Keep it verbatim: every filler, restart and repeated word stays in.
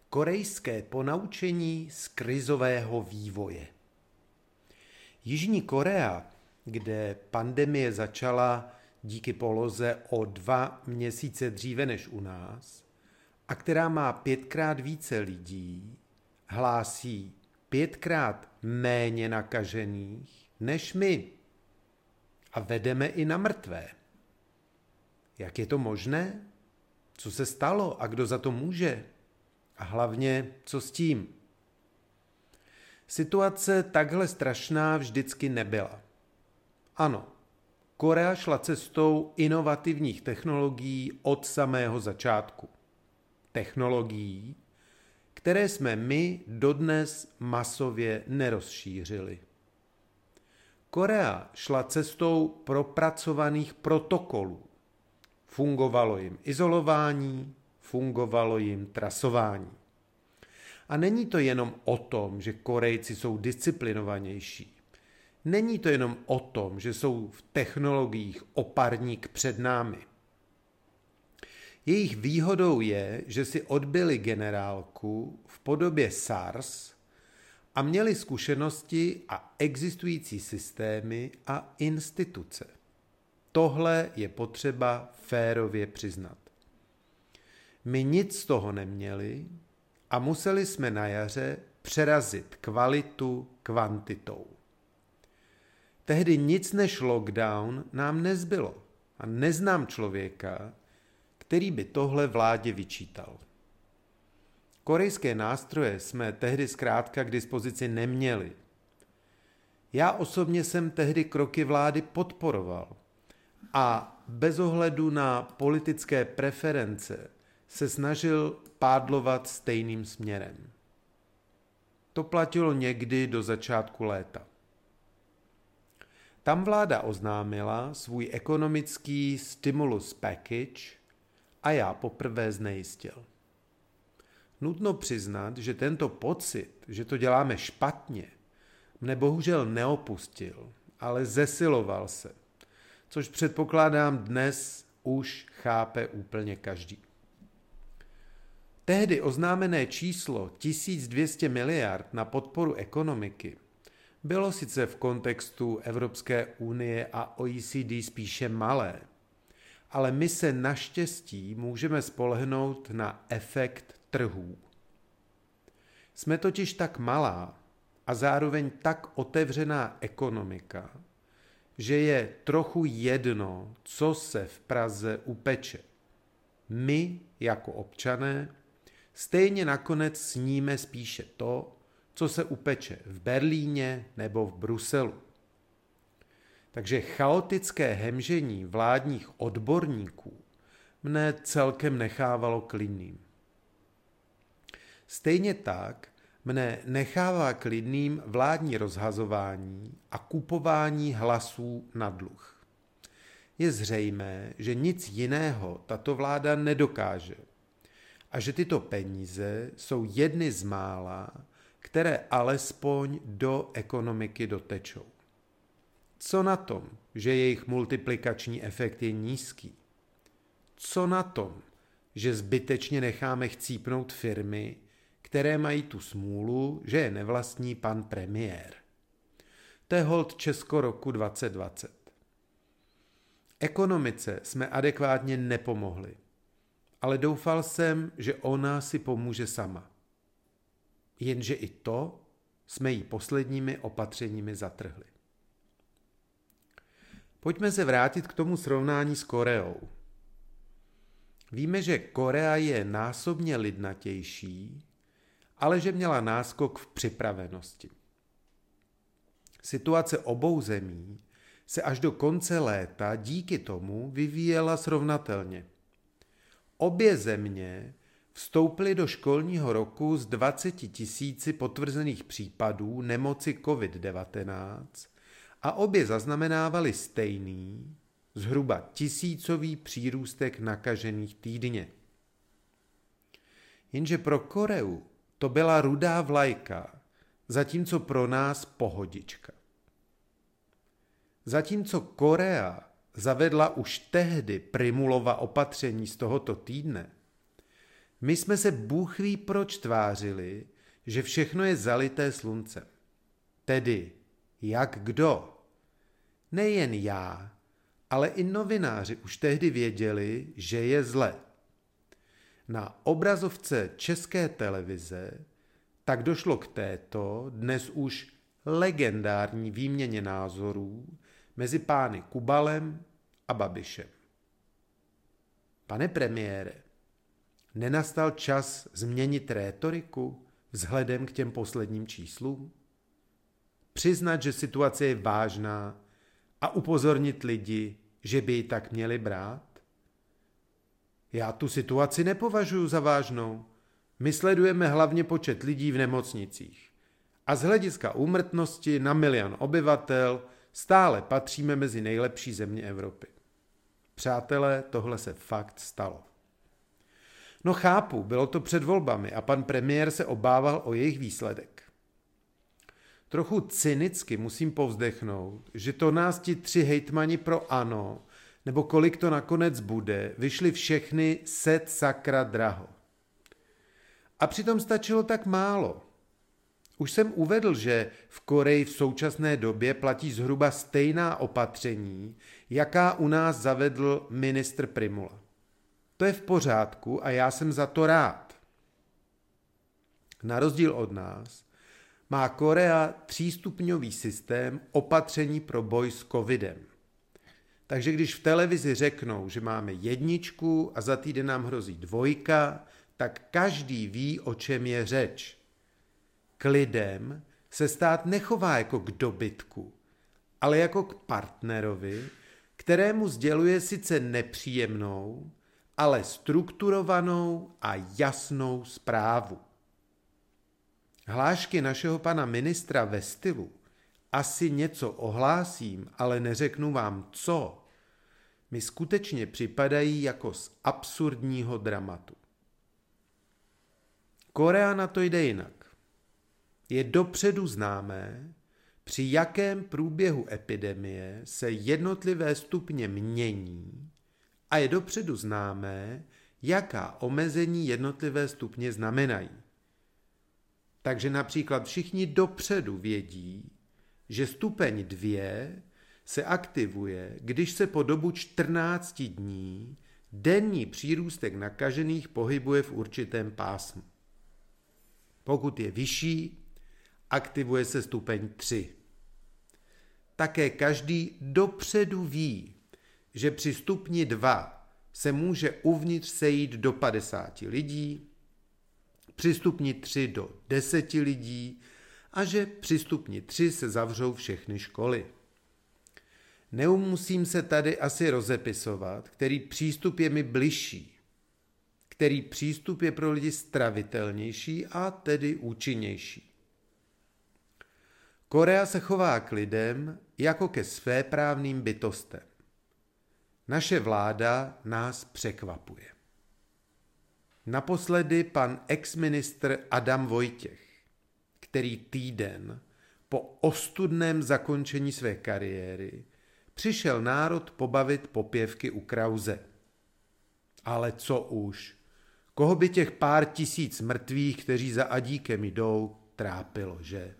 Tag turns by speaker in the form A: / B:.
A: Korejské ponaučení z krizového vývoje. Jižní Korea, kde pandemie začala díky poloze o dva měsíce dříve než u nás a která má pětkrát více lidí, hlásí pětkrát méně nakažených než my a vedeme i na mrtvé. Jak je to možné? Co se stalo a kdo za to může? A hlavně, co s tím? Situace takhle strašná vždycky nebyla. Ano, Korea šla cestou inovativních technologií od samého začátku. Technologií, které jsme my dodnes masově nerozšířili. Korea šla cestou propracovaných protokolů. Fungovalo jim izolování, fungovalo jim trasování. A není to jenom o tom, že Korejci jsou disciplinovanější. Není to jenom o tom, že jsou v technologiích o parník před námi. Jejich výhodou je, že si odbyli generálku v podobě SARS a měli zkušenosti a existující systémy a instituce. Tohle je potřeba férově přiznat. My nic z toho neměli a museli jsme na jaře přerazit kvalitu kvantitou. Tehdy nic než lockdown nám nezbylo a neznám člověka, který by tohle vládě vyčítal. Korejské nástroje jsme tehdy zkrátka k dispozici neměli. Já osobně jsem tehdy kroky vlády podporoval a bez ohledu na politické preference se snažil pádlovat stejným směrem. To platilo někdy do začátku léta. Tam vláda oznámila svůj ekonomický stimulus package a já poprvé znejistil. Nutno přiznat, že tento pocit, že to děláme špatně, mne bohužel neopustil, ale zesiloval se, což předpokládám dnes už chápe úplně každý. Tehdy oznámené číslo tisíc dvě stě miliard na podporu ekonomiky bylo sice v kontextu Evropské unie a O E C D spíše malé, ale my se naštěstí můžeme spolehnout na efekt trhů. Jsme totiž tak malá a zároveň tak otevřená ekonomika, že je trochu jedno, co se v Praze upeče. My, jako občané, stejně nakonec sníme spíše to, co se upeče v Berlíně nebo v Bruselu. Takže chaotické hemžení vládních odborníků mne celkem nechávalo klidným. Stejně tak mne nechává klidným vládní rozhazování a kupování hlasů na dluh. Je zřejmé, že nic jiného tato vláda nedokáže a že tyto peníze jsou jedny z mála, které alespoň do ekonomiky dotečou. Co na tom, že jejich multiplikační efekt je nízký? Co na tom, že zbytečně necháme chcípnout firmy, které mají tu smůlu, že je nevlastní pan premiér? To je holt Česko roku dvacet dvacet. Ekonomice jsme adekvátně nepomohli, ale doufal jsem, že ona si pomůže sama. Jenže i to jsme jí posledními opatřeními zatrhli. Pojďme se vrátit k tomu srovnání s Koreou. Víme, že Korea je násobně lidnatější, ale že měla náskok v připravenosti. Situace obou zemí se až do konce léta díky tomu vyvíjela srovnatelně. Obě země vstoupily do školního roku s dvaceti tisíci potvrzených případů nemoci covid devatenáct a obě zaznamenávaly stejný, zhruba tisícový přírůstek nakažených týdně. Jenže pro Koreu to byla rudá vlajka, zatímco pro nás pohodička. Zatímco Korea zavedla už tehdy Primulova opatření z tohoto týdne, My jsme se bůh ví proč tvářili, že všechno je zalité sluncem. Tedy, jak kdo? Nejen já, ale i novináři už tehdy věděli, že je zle. Na obrazovce České televize tak došlo k této dnes už legendární výměně názorů mezi pány Kubalem a Babišem. Pane premiére, nenastal čas změnit rétoriku vzhledem k těm posledním číslům? Přiznat, že situace je vážná a upozornit lidi, že by ji tak měli brát? Já tu situaci nepovažuji za vážnou. My sledujeme hlavně počet lidí v nemocnicích. A z hlediska úmrtnosti na milion obyvatel stále patříme mezi nejlepší země Evropy. Přátelé, tohle se fakt stalo. No chápu, bylo to před volbami a pan premiér se obával o jejich výsledek. Trochu cynicky musím povzdechnout, že to nás ti tři hejtmani pro ANO, nebo kolik to nakonec bude, vyšli všechny set sakra draho. A přitom stačilo tak málo. Už jsem uvedl, že v Koreji v současné době platí zhruba stejná opatření, jaká u nás zavedl ministr Prymula. To je v pořádku a já jsem za to rád. Na rozdíl od nás má Korea třístupňový systém opatření pro boj s covidem. Takže když v televizi řeknou, že máme jedničku a za týden nám hrozí dvojka, tak každý ví, o čem je řeč. K lidem se stát nechová jako k dobytku, ale jako k partnerovi, kterému sděluje sice nepříjemnou, ale strukturovanou a jasnou zprávu. Hlášky našeho pana ministra ve stylu asi něco ohlásím, ale neřeknu vám co, mi skutečně připadají jako z absurdního dramatu. Korea na to jde jinak. Je dopředu známé, při jakém průběhu epidemie se jednotlivé stupně mění a je dopředu známé, jaká omezení jednotlivé stupně znamenají. Takže například všichni dopředu vědí, že stupeň dvě se aktivuje, když se po dobu čtrnácti dní denní přírůstek nakažených pohybuje v určitém pásmu. Pokud je vyšší, aktivuje se stupeň tři. Také každý dopředu ví, že při stupni dva se může uvnitř sejít do padesáti lidí, při stupni tři do deseti lidí a že při stupni tři se zavřou všechny školy. Nemusím se tady asi rozepisovat, který přístup je mi bližší, který přístup je pro lidi stravitelnější a tedy účinnější. Korea se chová k lidem jako ke svéprávným bytostem. Naše vláda nás překvapuje. Naposledy pan ex-ministr Adam Vojtěch, který týden po ostudném zakončení své kariéry přišel národ pobavit popěvky u Krause. Ale co už? Koho by těch pár tisíc mrtvých, kteří za Adíkem jdou, trápilo, že?